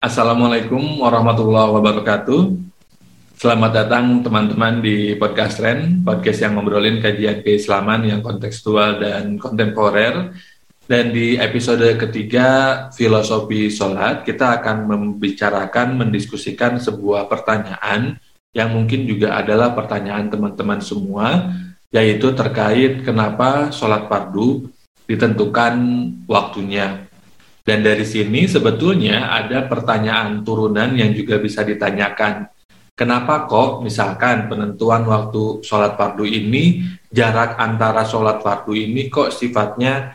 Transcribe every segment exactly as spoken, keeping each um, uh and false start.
Assalamualaikum warahmatullahi wabarakatuh. Selamat datang teman-teman di Podcast Tren, podcast yang ngobrolin kajian keislaman yang kontekstual dan kontemporer. Dan di episode ketiga Filosofi Sholat, kita akan membicarakan, mendiskusikan sebuah pertanyaan yang mungkin juga adalah pertanyaan teman-teman semua, yaitu terkait kenapa sholat fardu ditentukan waktunya. Dan dari sini sebetulnya ada pertanyaan turunan yang juga bisa ditanyakan. Kenapa kok misalkan penentuan waktu sholat fardu ini, jarak antara sholat fardu ini kok sifatnya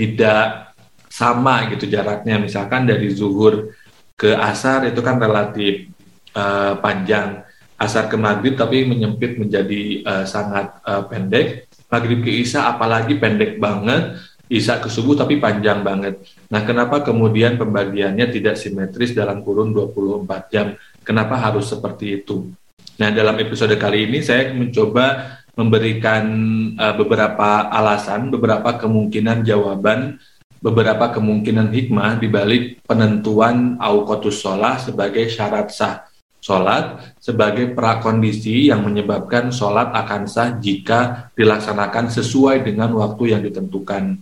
tidak sama gitu jaraknya. Misalkan dari zuhur ke asar itu kan relatif uh, panjang. Asar ke maghrib tapi menyempit menjadi uh, sangat uh, pendek. Maghrib ke isya apalagi pendek banget. Isya ke subuh tapi panjang banget. Nah, kenapa kemudian pembagiannya tidak simetris dalam kurun dua puluh empat jam? Kenapa harus seperti itu? Nah, dalam episode kali ini saya mencoba memberikan uh, beberapa alasan, beberapa kemungkinan jawaban, beberapa kemungkinan hikmah di balik penentuan auqatus shalah sebagai syarat sah sholat, sebagai prakondisi yang menyebabkan sholat akan sah jika dilaksanakan sesuai dengan waktu yang ditentukan.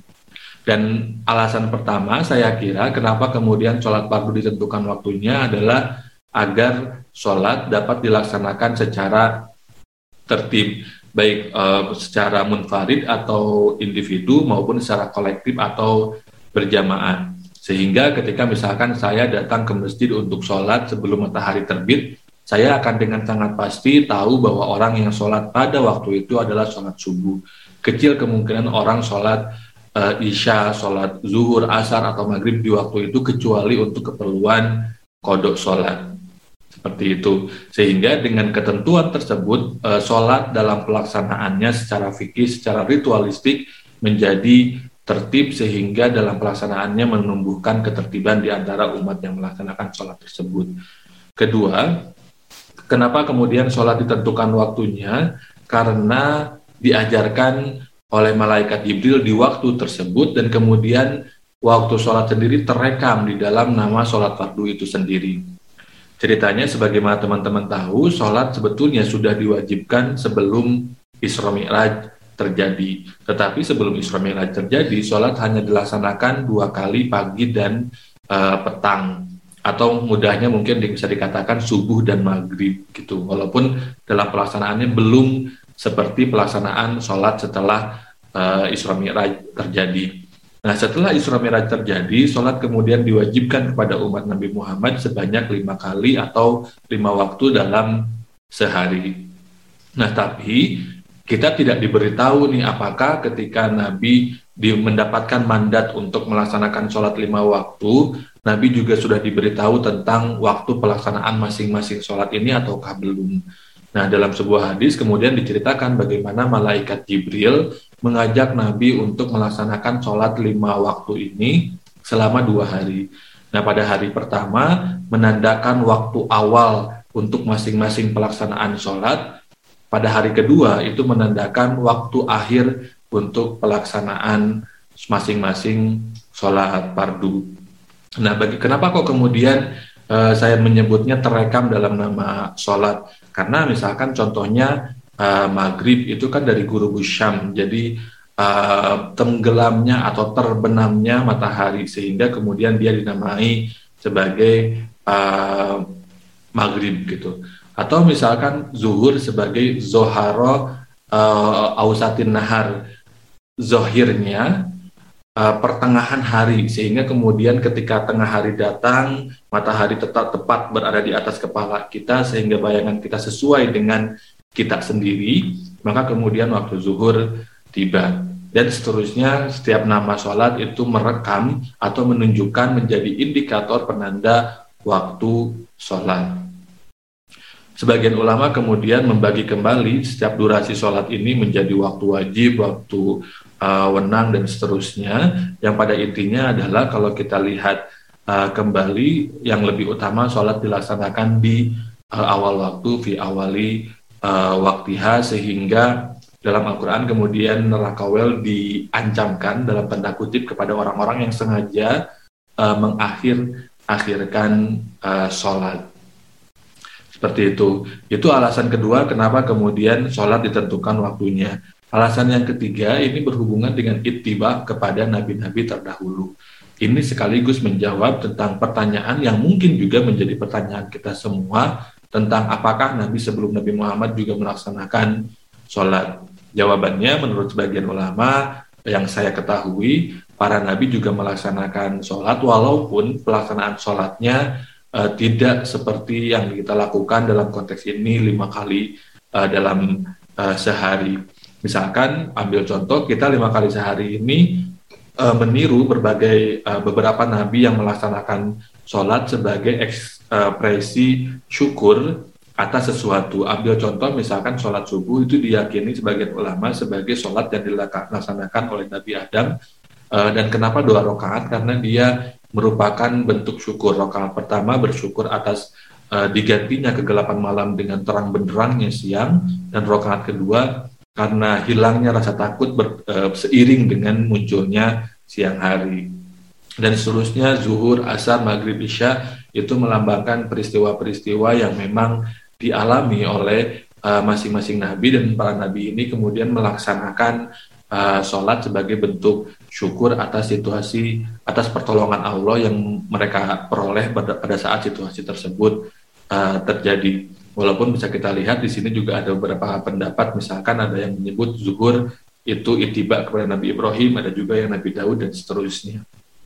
Dan alasan pertama saya kira kenapa kemudian sholat fardu ditentukan waktunya adalah agar sholat dapat dilaksanakan secara tertib, baik uh, secara munfarid atau individu maupun secara kolektif atau berjamaah. Sehingga ketika misalkan saya datang ke masjid untuk sholat sebelum matahari terbit, saya akan dengan sangat pasti tahu bahwa orang yang sholat pada waktu itu adalah sholat subuh. Kecil kemungkinan orang sholat Uh, isya, sholat zuhur, asar, atau maghrib di waktu itu kecuali untuk keperluan kodok sholat. Seperti itu. Sehingga dengan ketentuan tersebut, uh, sholat dalam pelaksanaannya secara fikih, secara ritualistik menjadi tertib sehingga dalam pelaksanaannya menumbuhkan ketertiban di antara umat yang melaksanakan sholat tersebut. Kedua, kenapa kemudian sholat ditentukan waktunya? Karena diajarkan oleh malaikat Jibril di waktu tersebut dan kemudian waktu sholat sendiri terekam di dalam nama sholat fardu itu sendiri. Ceritanya sebagaimana teman-teman tahu, sholat sebetulnya sudah diwajibkan sebelum Isra Mi'raj terjadi. Tetapi sebelum Isra Mi'raj terjadi, sholat hanya dilaksanakan dua kali pagi dan uh, petang. Atau mudahnya mungkin bisa dikatakan subuh dan maghrib gitu. Walaupun dalam pelaksanaannya belum seperti pelaksanaan sholat setelah uh, Isra Mi'raj terjadi. Nah, setelah Isra Mi'raj terjadi, sholat kemudian diwajibkan kepada umat Nabi Muhammad sebanyak lima kali atau lima waktu dalam sehari. Nah, tapi kita tidak diberitahu nih apakah ketika Nabi di, mendapatkan mandat untuk melaksanakan sholat lima waktu, Nabi juga sudah diberitahu tentang waktu pelaksanaan masing-masing sholat ini ataukah belum. Nah, dalam sebuah hadis kemudian diceritakan bagaimana malaikat Jibril mengajak Nabi untuk melaksanakan sholat lima waktu ini selama dua hari. Nah, pada hari pertama menandakan waktu awal untuk masing-masing pelaksanaan sholat. Pada hari kedua itu menandakan waktu akhir untuk pelaksanaan masing-masing sholat fardu. Nah, bagi kenapa kok kemudian uh, saya menyebutnya terekam dalam nama sholat? Karena misalkan contohnya uh, maghrib itu kan dari ghurubus syam, jadi uh, tenggelamnya atau terbenamnya matahari sehingga kemudian dia dinamai sebagai uh, maghrib gitu. Atau misalkan zuhur sebagai zoharo uh, ausatin nahar, zohirnya uh, pertengahan hari, sehingga kemudian ketika tengah hari datang matahari tetap tepat berada di atas kepala kita sehingga bayangan kita sesuai dengan kita sendiri, maka kemudian waktu zuhur tiba. Dan seterusnya setiap nama sholat itu merekam atau menunjukkan menjadi indikator penanda waktu sholat. Sebagian ulama kemudian membagi kembali setiap durasi sholat ini menjadi waktu wajib, waktu uh, wenang, dan seterusnya. Yang pada intinya adalah kalau kita lihat uh, kembali, yang lebih utama sholat dilaksanakan di uh, awal waktu, fi awali uh, waktiha, sehingga dalam Al-Quran kemudian neraka wel diancamkan dalam tanda kutip kepada orang-orang yang sengaja uh, mengakhir akhirkan uh, sholat. Seperti itu. Itu alasan kedua kenapa kemudian sholat ditentukan waktunya. Alasan yang ketiga ini berhubungan dengan ittiba kepada nabi-nabi terdahulu. Ini sekaligus menjawab tentang pertanyaan yang mungkin juga menjadi pertanyaan kita semua tentang apakah Nabi sebelum Nabi Muhammad juga melaksanakan sholat. Jawabannya menurut sebagian ulama yang saya ketahui, para Nabi juga melaksanakan sholat walaupun pelaksanaan sholatnya uh, tidak seperti yang kita lakukan dalam konteks ini lima kali uh, dalam uh, sehari. Misalkan ambil contoh kita lima kali sehari ini uh, meniru berbagai uh, beberapa nabi yang melaksanakan sholat sebagai ekspresi syukur atas sesuatu. Ambil contoh misalkan sholat subuh itu diyakini sebagian ulama sebagai sholat yang dilaksanakan oleh Nabi Adam. Uh, dan kenapa dua rakaat? Karena dia merupakan bentuk syukur. Rakaat pertama bersyukur atas uh, digantinya kegelapan malam dengan terang benderangnya siang, dan rakaat kedua karena hilangnya rasa takut ber, uh, seiring dengan munculnya siang hari. Dan seterusnya zuhur, asar, maghrib, isya itu melambangkan peristiwa-peristiwa yang memang dialami oleh uh, masing-masing nabi, dan para nabi ini kemudian melaksanakan uh, sholat sebagai bentuk syukur atas situasi, atas pertolongan Allah yang mereka peroleh pada, pada saat situasi tersebut uh, terjadi. Walaupun bisa kita lihat di sini juga ada beberapa pendapat, misalkan ada yang menyebut zuhur itu ittiba kepada Nabi Ibrahim, ada juga yang Nabi Daud dan seterusnya.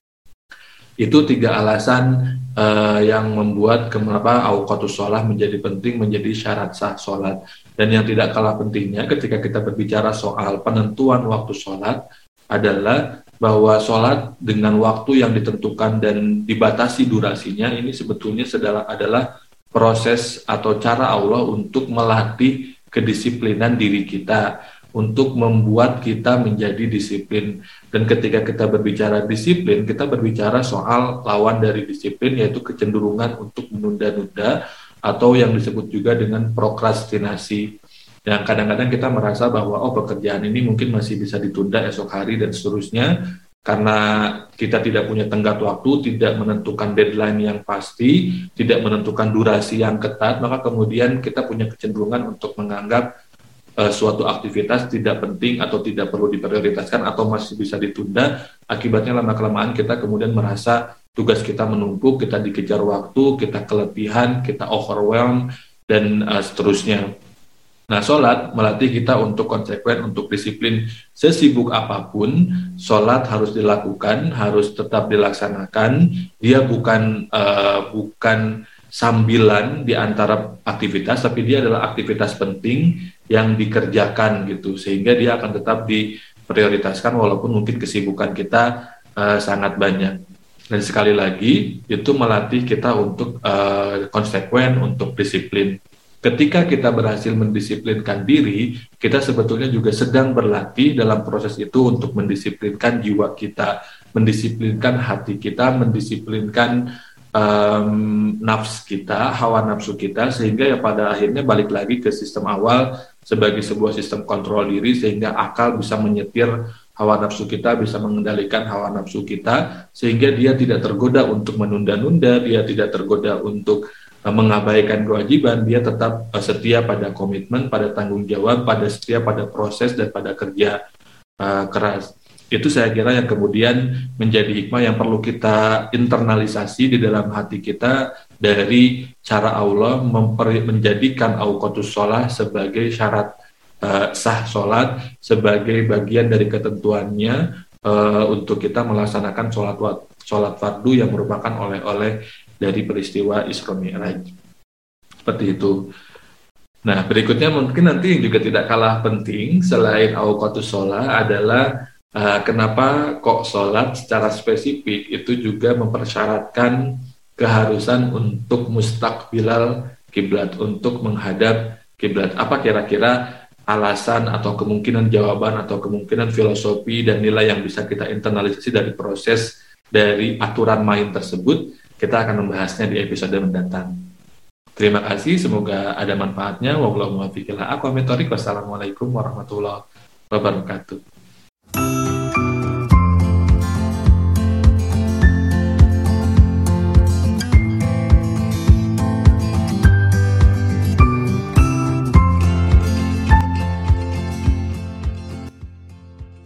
Itu tiga alasan uh, yang membuat kenapa awqatus sholat menjadi penting, menjadi syarat sah sholat. Dan yang tidak kalah pentingnya ketika kita berbicara soal penentuan waktu sholat adalah bahwa sholat dengan waktu yang ditentukan dan dibatasi durasinya ini sebetulnya adalah proses atau cara Allah untuk melatih kedisiplinan diri kita, untuk membuat kita menjadi disiplin. Dan ketika kita berbicara disiplin, kita berbicara soal lawan dari disiplin, yaitu kecenderungan untuk menunda-nunda atau yang disebut juga dengan prokrastinasi. Yang kadang-kadang kita merasa bahwa oh pekerjaan ini mungkin masih bisa ditunda esok hari dan seterusnya, karena kita tidak punya tenggat waktu, tidak menentukan deadline yang pasti, tidak menentukan durasi yang ketat, maka kemudian kita punya kecenderungan untuk menganggap uh, suatu aktivitas tidak penting atau tidak perlu diprioritaskan atau masih bisa ditunda. Akibatnya lama-kelamaan kita kemudian merasa tugas kita menumpuk, kita dikejar waktu, kita kelebihan, kita overwhelm, dan uh, seterusnya. Nah, sholat melatih kita untuk konsekuen, untuk disiplin. Sesibuk apapun, sholat harus dilakukan, harus tetap dilaksanakan. Dia bukan uh, bukan sambilan di antara aktivitas, tapi dia adalah aktivitas penting yang dikerjakan gitu, sehingga dia akan tetap diprioritaskan walaupun mungkin kesibukan kita uh, sangat banyak. Dan sekali lagi, itu melatih kita untuk uh, konsekuen, untuk disiplin. Ketika kita berhasil mendisiplinkan diri, kita sebetulnya juga sedang berlatih dalam proses itu untuk mendisiplinkan jiwa kita, mendisiplinkan hati kita, mendisiplinkan um, nafs kita, hawa nafsu kita, sehingga ya pada akhirnya balik lagi ke sistem awal sebagai sebuah sistem kontrol diri, sehingga akal bisa menyetir hawa nafsu kita, bisa mengendalikan hawa nafsu kita, sehingga dia tidak tergoda untuk menunda-nunda, dia tidak tergoda untuk mengabaikan kewajiban, dia tetap uh, setia pada komitmen, pada tanggung jawab, pada setia pada proses dan pada kerja uh, keras. Itu saya kira yang kemudian menjadi hikmah yang perlu kita internalisasi di dalam hati kita dari cara Allah memper- menjadikan awqatus sholat sebagai syarat uh, sah sholat, sebagai bagian dari ketentuannya uh, untuk kita melaksanakan sholat sholat fardu yang merupakan oleh-oleh dari peristiwa Isra Mi'raj. Seperti itu. Nah, berikutnya mungkin nanti juga tidak kalah penting selain awqatus sholat adalah uh, kenapa kok sholat secara spesifik itu juga mempersyaratkan keharusan untuk mustaqbilal kiblat, untuk menghadap kiblat. Apa kira-kira alasan atau kemungkinan jawaban atau kemungkinan filosofi dan nilai yang bisa kita internalisasi dari proses dari aturan main tersebut? Kita akan membahasnya di episode mendatang. Terima kasih, semoga ada manfaatnya. Wassalamualaikum warahmatullahi wabarakatuh.